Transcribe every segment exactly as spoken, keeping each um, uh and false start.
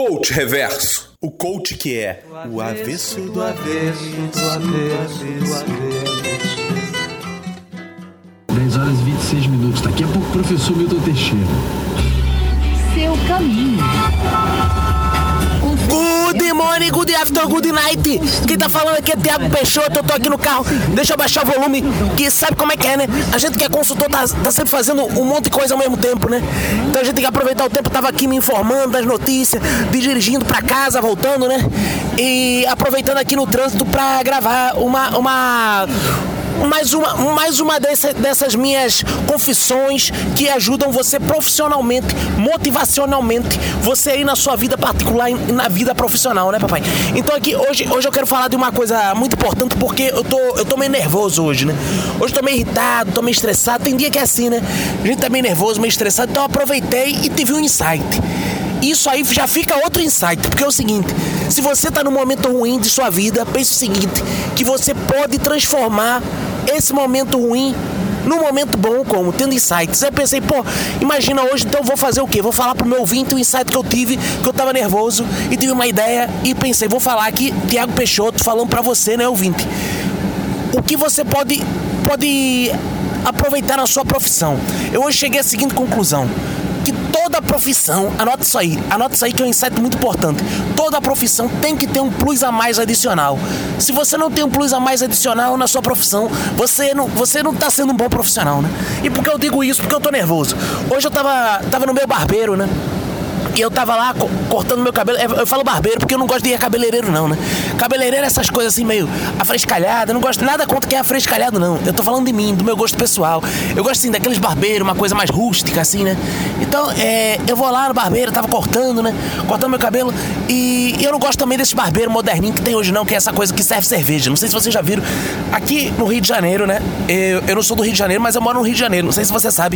Coach Reverso. O coach que é o avesso do avesso, do avesso, do avesso. dez horas e vinte e seis minutos. Daqui a pouco, professor Milton Teixeira. Seu caminho. Good morning, good afternoon, good night. Quem tá falando aqui é Thiago Peixoto. Eu tô aqui no carro, deixa eu baixar o volume, que sabe como é que é, né? A gente que é consultor tá, tá sempre fazendo um monte de coisa ao mesmo tempo, né? Então a gente tem que aproveitar o tempo. Eu tava aqui me informando das notícias, dirigindo pra casa, voltando, né? E aproveitando aqui no trânsito pra gravar uma... uma... Mais uma, mais uma dessa, dessas minhas confissões que ajudam você profissionalmente, motivacionalmente, você aí na sua vida particular e na vida profissional, né, papai? Então aqui, hoje, hoje eu quero falar de uma coisa muito importante, porque eu tô, eu tô meio nervoso hoje, né? Hoje eu tô meio irritado, tô meio estressado, tem dia que é assim, né? A gente tá meio nervoso, meio estressado, então eu aproveitei e tive um insight. Isso aí já fica outro insight, porque é o seguinte: se você tá num momento ruim de sua vida, pense o seguinte, que você pode transformar esse momento ruim num momento bom, como? Tendo insights. Aí eu pensei, pô, imagina hoje, então eu vou fazer o quê? Vou falar pro meu ouvinte o insight que eu tive, que eu tava nervoso e tive uma ideia e pensei, vou falar aqui, Thiago Peixoto, falando pra você, né, ouvinte? O que você pode, pode aproveitar na sua profissão? Eu hoje cheguei à seguinte conclusão: que toda profissão, anota isso aí, anota isso aí que é um insight muito importante. Toda profissão tem que ter um plus a mais adicional. Se você não tem um plus a mais adicional na sua profissão, você não, você não tá sendo um bom profissional, né? E por que eu digo isso? Porque eu tô nervoso. Hoje eu tava, tava no meu barbeiro, né? E eu tava lá co- cortando meu cabelo. Eu falo barbeiro porque eu não gosto de ir a cabeleireiro, não, né? Cabeleireiro é essas coisas assim meio afrescalhadas. Eu não gosto nada contra quem é afrescalhado, não. Eu tô falando de mim, do meu gosto pessoal. Eu gosto assim daqueles barbeiros, uma coisa mais rústica, assim, né? Então, é, eu vou lá no barbeiro, eu tava cortando, né? Cortando meu cabelo. E eu não gosto também desse barbeiro moderninho que tem hoje, não, que é essa coisa que serve cerveja. Não sei se vocês já viram. Aqui no Rio de Janeiro, né? Eu, eu não sou do Rio de Janeiro, mas eu moro no Rio de Janeiro. Não sei se você sabe.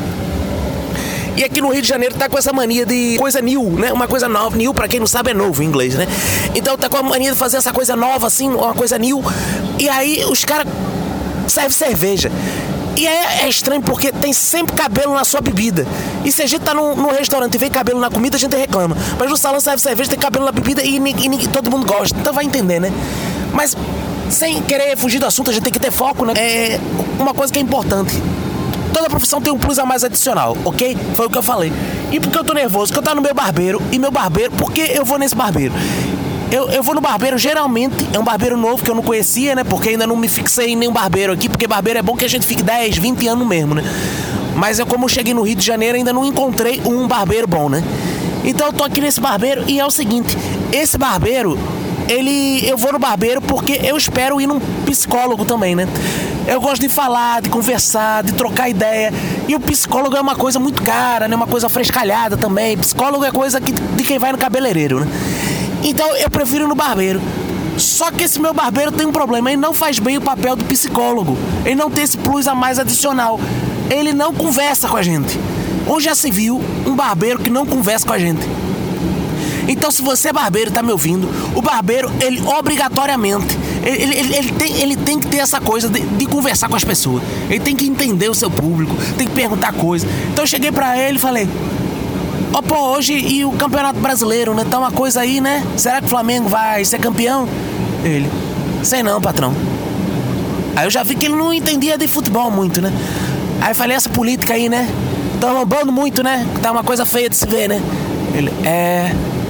E aqui no Rio de Janeiro tá com essa mania de coisa new, né? Uma coisa nova. New, pra quem não sabe, é novo em inglês, né? Então tá com a mania de fazer essa coisa nova, assim, uma coisa new. E aí os caras servem cerveja. E é, é estranho porque tem sempre cabelo na sua bebida. E se a gente tá num, num restaurante e vê cabelo na comida, a gente reclama. Mas no salão serve cerveja, tem cabelo na bebida e, e, e todo mundo gosta. Então vai entender, né? Mas sem querer fugir do assunto, a gente tem que ter foco, né? É uma coisa que é importante. Toda profissão tem um plus a mais adicional, ok? Foi o que eu falei. E por que eu tô nervoso? Porque eu tava no meu barbeiro, e meu barbeiro... Por que eu vou nesse barbeiro? Eu, eu vou no barbeiro, geralmente, é um barbeiro novo que eu não conhecia, né? Porque ainda não me fixei em nenhum barbeiro aqui, porque barbeiro é bom que a gente fique dez, vinte anos mesmo, né? Mas eu, como eu cheguei no Rio de Janeiro, ainda não encontrei um barbeiro bom, né? Então eu tô aqui nesse barbeiro, e é o seguinte, esse barbeiro... Ele, eu vou no barbeiro porque eu espero ir num psicólogo também, né? Eu gosto de falar, de conversar, de trocar ideia. E o psicólogo é uma coisa muito cara, né? Uma coisa frescalhada também. Psicólogo é coisa que, de quem vai no cabeleireiro, né? Então eu prefiro ir no barbeiro. Só que esse meu barbeiro tem um problema. Ele não faz bem o papel do psicólogo. Ele não tem esse plus a mais adicional. Ele não conversa com a gente. Onde já se viu um barbeiro que não conversa com a gente? Então, se você é barbeiro e tá me ouvindo, o barbeiro, ele obrigatoriamente, ele, ele, ele, tem, ele tem que ter essa coisa de, de conversar com as pessoas. Ele tem que entender o seu público, tem que perguntar coisas. Então eu cheguei pra ele e falei: ó, oh, pô, hoje e o Campeonato Brasileiro, né? Tá uma coisa aí, né? Será que o Flamengo vai ser campeão? Ele: sei não, patrão. Aí eu já vi que ele não entendia de futebol muito, né? Aí eu falei: essa política aí, né? Tá roubando muito, né? Tá uma coisa feia de se ver, né? Ele: é...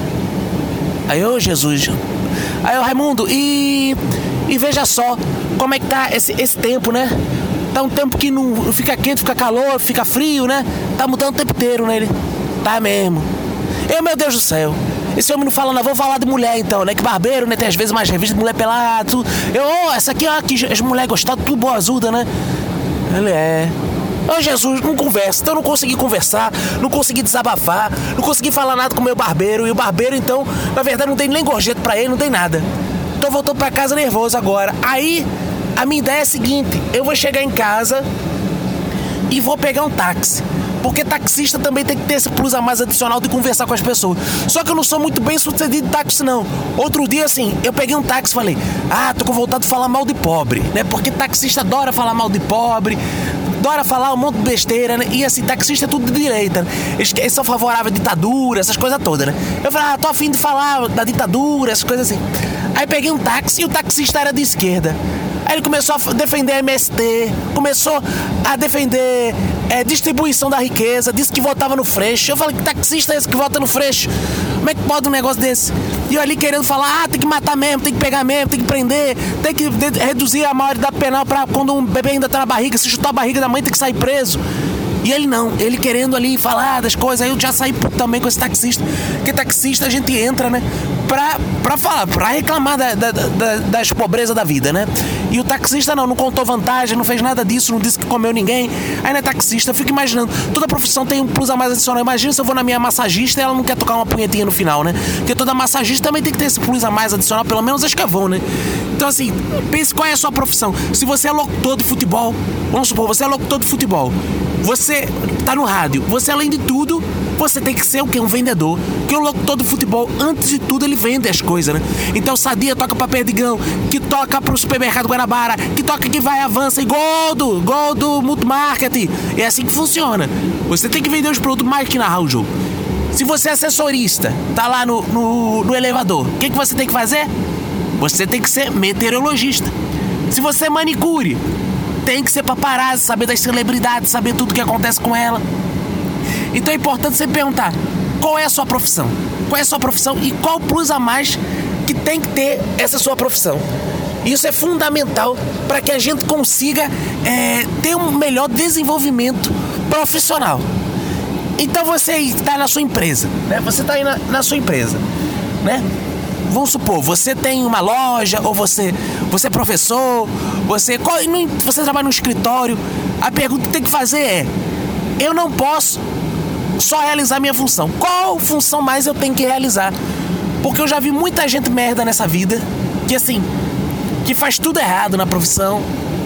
Aí, ô Jesus. Aí, ô Raimundo, e... E veja só, como é que tá esse, esse tempo, né? Tá um tempo que não fica quente, fica calor, fica frio, né? Tá mudando o tempo inteiro, né? Ele: tá mesmo. Eu, meu Deus do céu. Esse homem não fala, não. Vou falar de mulher, então, né? Que barbeiro, né? Tem às vezes mais revistas de mulher pelada, tudo. Eu, ô, oh, essa aqui, ó, que as mulheres gostaram, tudo boazuda, né? Ele: é... Ô Jesus, não conversa. Então eu não consegui conversar, não consegui desabafar, não consegui falar nada com o meu barbeiro. E o barbeiro, então, na verdade, não tem nem gorjeta pra ele, não tem nada. Então voltou pra casa nervoso agora. Aí, a minha ideia é a seguinte: eu vou chegar em casa e vou pegar um táxi. Porque taxista também tem que ter esse plus a mais adicional de conversar com as pessoas. Só que eu não sou muito bem sucedido de táxi, não. Outro dia, assim, eu peguei um táxi e falei: ah, tô com vontade de falar mal de pobre, né? Porque taxista adora falar mal de pobre, adora falar um monte de besteira, né? E assim, taxista é tudo de direita, né? Eles, eles são favoráveis à ditadura, essas coisas todas, né? Eu falei, ah, tô afim de falar da ditadura, essas coisas assim. Aí peguei um táxi e o taxista era de esquerda. Aí ele começou a defender a M S T, começou a defender é, distribuição da riqueza, disse que votava no Freixo. Eu falei, que taxista é esse que vota no Freixo? Como é que pode um negócio desse? E eu ali querendo falar, ah, tem que matar mesmo, tem que pegar mesmo, tem que prender, tem que de- reduzir a maioridade penal pra quando um bebê ainda tá na barriga, se chutar a barriga da mãe tem que sair preso. E ele não, ele querendo ali falar das coisas, aí eu já saí também com esse taxista, porque taxista a gente entra, né, pra, pra falar, pra reclamar da, da, da, das pobrezas da vida, né? E o taxista não, não contou vantagem, não fez nada disso, não disse que comeu ninguém. Aí não é taxista, eu fico imaginando, toda profissão tem um plus a mais adicional. Imagina se eu vou na minha massagista e ela não quer tocar uma punhetinha no final, né? Porque toda massagista também tem que ter esse plus a mais adicional, pelo menos as que vão, né? Então assim, pense qual é a sua profissão. Se você é locutor de futebol, vamos supor, você é locutor de futebol, você tá no rádio, você além de tudo, você tem que ser o quê? Um vendedor. Porque o locutor de futebol, antes de tudo, ele vende as coisas, né? Então Sadia toca pra Perdigão, que toca pro supermercado Guanabara, que toca que vai, avança, e gol do, gol do multimarket. É assim que funciona. Você tem que vender os produtos mais que narrar o jogo. Se você é assessorista, tá lá no, no, no elevador, o que, que você tem que fazer? Você tem que ser meteorologista. Se você é manicure, tem que ser paparazzi, saber das celebridades, saber tudo que acontece com ela. Então é importante você perguntar, qual é a sua profissão? Qual é a sua profissão e qual plus a mais que tem que ter essa sua profissão? Isso é fundamental para que a gente consiga é, ter um melhor desenvolvimento profissional. Então você está na sua empresa, né? Você está aí na, na sua empresa, né? Vamos supor, você tem uma loja, ou você, você é professor, você, você trabalha no escritório. A pergunta que tem que fazer é, eu não posso só realizar minha função. Qual função mais eu tenho que realizar? Porque eu já vi muita gente merda nessa vida, que assim, que faz tudo errado na profissão.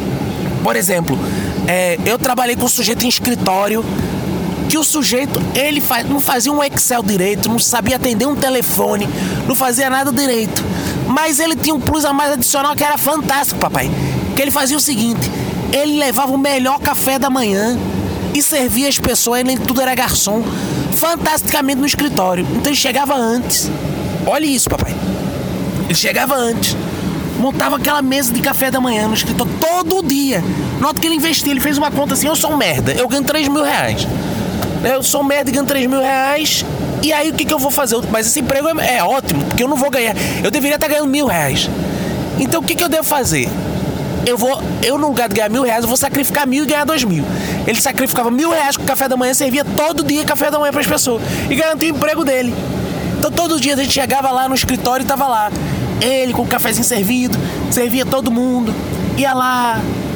Por exemplo, é, eu trabalhei com um sujeito em escritório, que o sujeito, ele faz, não fazia um Excel direito, não sabia atender um telefone, não fazia nada direito. Mas ele tinha um plus a mais adicional que era fantástico, papai. Que ele fazia o seguinte, ele levava o melhor café da manhã e servia as pessoas, ele tudo era garçom, fantasticamente no escritório. Então ele chegava antes. Olha isso, papai. Ele chegava antes, montava aquela mesa de café da manhã no escritório todo dia. Nota que ele investia, ele fez uma conta assim, eu sou um merda, eu ganho três mil reais. Eu sou um merda e ganho três mil reais. E aí o que, que eu vou fazer? Mas esse emprego é, é ótimo, porque eu não vou ganhar. Eu deveria estar ganhando mil reais. Então o que, que eu devo fazer? Eu vou, eu no lugar de ganhar mil reais, eu vou sacrificar mil e ganhar dois mil. Ele sacrificava mil reais com o café da manhã, servia todo dia café da manhã para as pessoas e garantia o emprego dele. Então todo dia a gente chegava lá no escritório e tava lá ele com o cafezinho servido, servia todo mundo, ia lá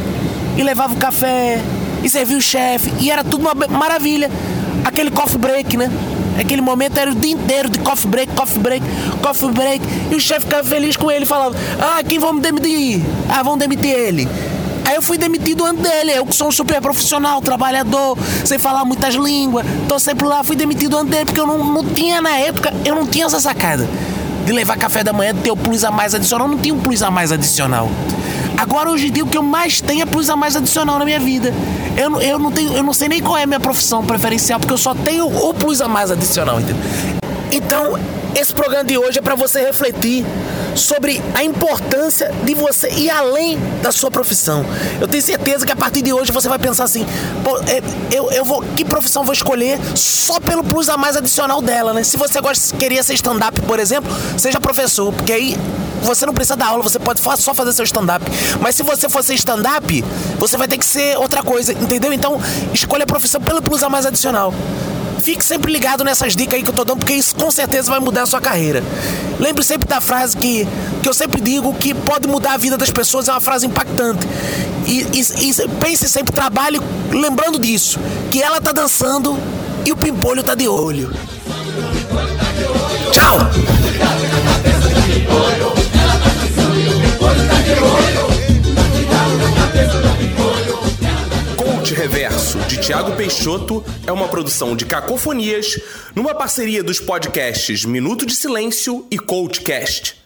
e levava o café e servia o chefe, e era tudo uma maravilha. Aquele coffee break, né? Aquele momento era o dia inteiro de coffee break, coffee break, coffee break. E o chefe ficava feliz com ele, falava, ah, quem vamos demitir? Ah, vão demitir ele. Aí eu fui demitido antes dele, eu que sou um super profissional, trabalhador, sei falar muitas línguas, tô sempre lá, fui demitido antes dele, porque eu não, não tinha na época, eu não tinha essa sacada de levar café da manhã, de ter o plus a mais adicional, não tinha um plus a mais adicional. Agora, hoje em dia, o que eu mais tenho é plus a mais adicional na minha vida. Eu, eu, não tenho, eu não sei nem qual é a minha profissão preferencial, porque eu só tenho o plus a mais adicional, entendeu? Então, esse programa de hoje é para você refletir sobre a importância de você ir além da sua profissão. Eu tenho certeza que a partir de hoje você vai pensar assim, pô, eu, eu vou, que profissão vou escolher só pelo plus a mais adicional dela, né? Se você gosta, queria ser stand-up, por exemplo, seja professor, porque aí você não precisa dar aula, você pode só fazer seu stand-up. Mas se você for ser stand-up, você vai ter que ser outra coisa, entendeu? Então, escolha a profissão pelo plus a mais adicional. Fique sempre ligado nessas dicas aí que eu tô dando, porque isso com certeza vai mudar a sua carreira. Lembre sempre da frase que, que eu sempre digo, que pode mudar a vida das pessoas, é uma frase impactante. E, e, e pense sempre, trabalhe lembrando disso, que ela tá dançando e o pimpolho tá de olho. Tchau! Coach Reverso, de Thiago Peixoto, é uma produção de Cacofonias, numa parceria dos podcasts Minuto de Silêncio e CoachCast.